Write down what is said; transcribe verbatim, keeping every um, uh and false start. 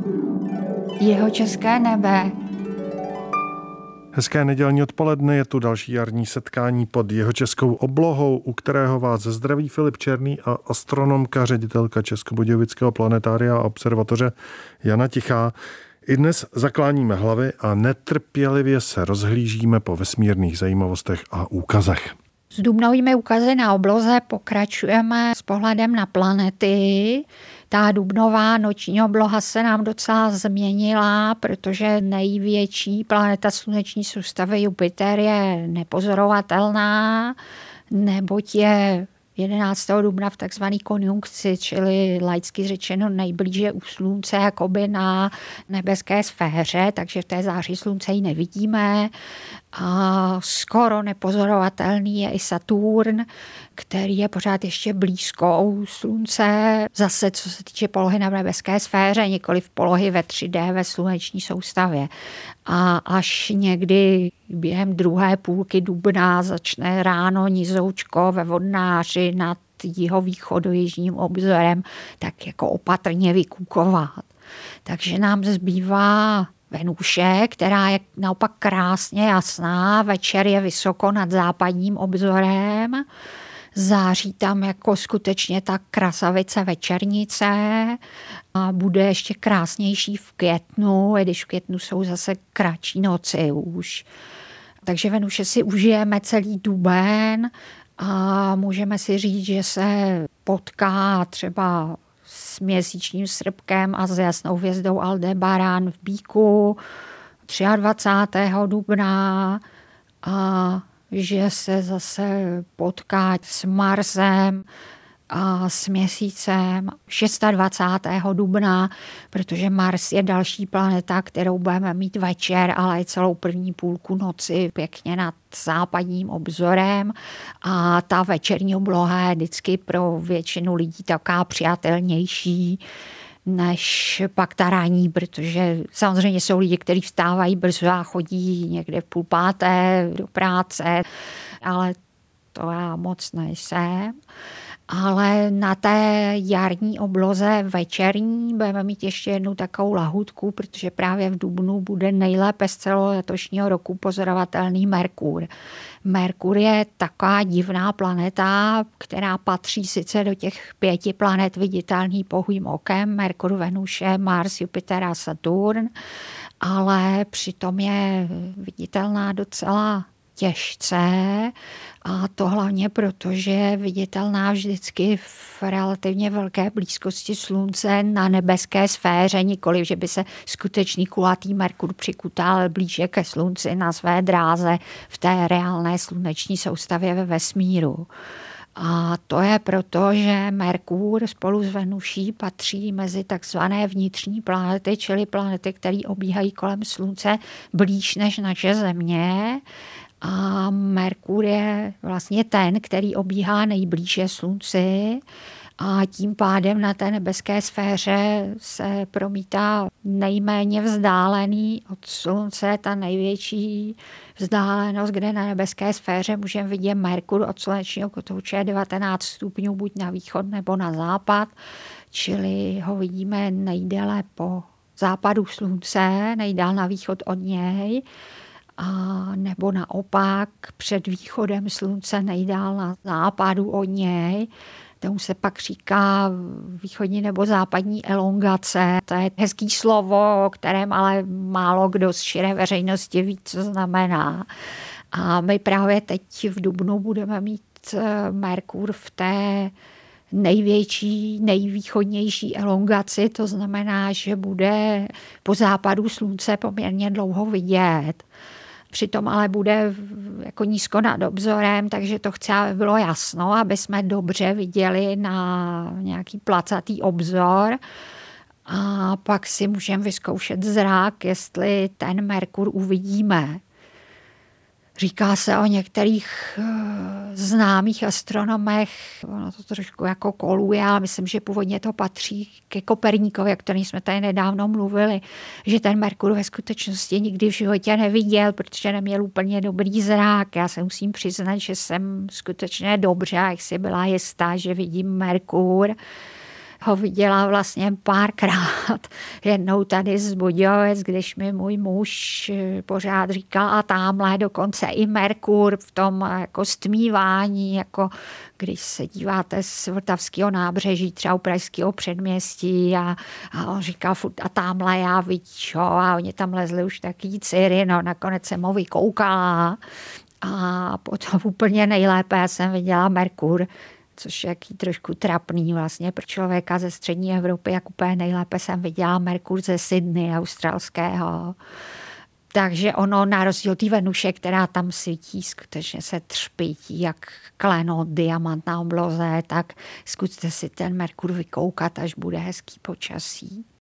Jihočeské nebe. Hezké nedělní odpoledne, je tu další jarní setkání pod jihočeskou oblohou, u kterého vás zdraví Filip Černý a astronomka, ředitelka Českobudějovického planetária a observatoře Jana Tichá. I dnes zakláníme hlavy a netrpělivě se rozhlížíme po vesmírných zajímavostech a úkazech. S dubnovými úkazy na obloze pokračujeme s pohledem na planety. Ta dubnová noční obloha se nám docela změnila, protože největší planeta sluneční soustavy Jupiter je nepozorovatelná, neboť je jedenáctého dubna v takzvaný konjunkci, čili laicky řečeno nejblíže u slunce, jakoby na nebeské sféře, takže v té záři slunce ji nevidíme. A skoro nepozorovatelný je i Saturn, který je pořád ještě blízko u slunce, zase co se týče polohy na nebeské sféře, nikoli v polohy ve tři dé ve sluneční soustavě. A až někdy během druhé půlky dubna začne ráno nizoučko ve Vodnáři nad jihovýchodojižním obzorem tak jako opatrně vykukovat. Takže nám zbývá Venuše, která je naopak krásně jasná, večer je vysoko nad západním obzorem, září tam jako skutečně ta krasavice večernice a bude ještě krásnější v květnu, když v květnu jsou zase kratší noci už. Takže Venuše si užijeme celý duben a můžeme si říct, že se potká třeba s měsíčním srpkem a s jasnou hvězdou Aldebaran v Bíku dvacátého třetího dubna a že se zase potká s Marsem a s Měsícem dvacátého šestého dubna, protože Mars je další planeta, kterou budeme mít večer, ale i celou první půlku noci pěkně nad západním obzorem a ta večerní obloha je vždycky pro většinu lidí taková přijatelnější než pak ta ranní, protože samozřejmě jsou lidi, kteří vstávají brzo a chodí někde v půl páté do práce, ale to já moc nejsem. Ale na té jarní obloze večerní budeme mít ještě jednu takovou lahůdku, protože právě v dubnu bude nejlépe z celého letošního roku pozorovatelný Merkur. Merkur je taková divná planeta, která patří sice do těch pěti planet viditelný pouhým okem, Merkur, Venuše, Mars, Jupiter a Saturn, ale přitom je viditelná docela těžce a to hlavně proto, že je viditelná vždycky v relativně velké blízkosti slunce na nebeské sféře, nikoliv, že by se skutečný kulatý Merkur přikutal blíže ke slunci na své dráze v té reálné sluneční soustavě ve vesmíru. A to je proto, že Merkur spolu s Venuší patří mezi takzvané vnitřní planety, čili planety, které obíhají kolem slunce blíž než naše Země. A Merkur je vlastně ten, který obíhá nejblíže slunci a tím pádem na té nebeské sféře se promítá nejméně vzdálený od slunce, ta největší vzdálenost, kde na nebeské sféře můžeme vidět Merkur od slunečního kotouče devatenáct stupňů buď na východ nebo na západ, čili ho vidíme nejdéle po západu slunce, nejdál na východ od něj. A nebo naopak před východem slunce nejdál na západu od něj. Tomu se pak říká východní nebo západní elongace. To je hezký slovo, o kterém ale málo kdo z širé veřejnosti ví, co znamená. A my právě teď v dubnu budeme mít Merkur v té největší, nejvýchodnější elongaci, to znamená, že bude po západu slunce poměrně dlouho vidět. Přitom ale bude jako nízko nad obzorem, takže to chce, aby bylo jasno, aby jsme dobře viděli na nějaký placatý obzor. A pak si můžeme vyzkoušet zrak, jestli ten Merkur uvidíme. Říká se o některých známých astronomech, ono to trošku jako koluje, ale myslím, že původně to patří ke Koperníkovi, o kterém jsme tady nedávno mluvili, že ten Merkur ve skutečnosti nikdy v životě neviděl, protože neměl úplně dobrý zrak. Já se musím přiznat, že jsem skutečně dobře, jak si byla jistá, že vidím Merkur. ho viděla vlastně párkrát. Jednou tady z Budějovic, když mi můj muž pořád říkal a tamhle dokonce i Merkur v tom jako stmívání, jako když se díváte z Vltavského nábřeží, třeba u Pražského předměstí a, a on říkal furt a tamhle já vidíš, a oni tam lezli už taky ciry, no nakonec jsem ho vykoukala a potom úplně nejlépe jsem viděla Merkur, což je jaký trošku trapný vlastně pro člověka ze střední Evropy, jak úplně nejlépe jsem viděla Merkur ze Sydney australského. Takže ono na rozdíl té Venuše, která tam svítí, skutečně se třpítí jak klenot, diamant na obloze, tak zkuste si ten Merkur vykoukat, až bude hezký počasí.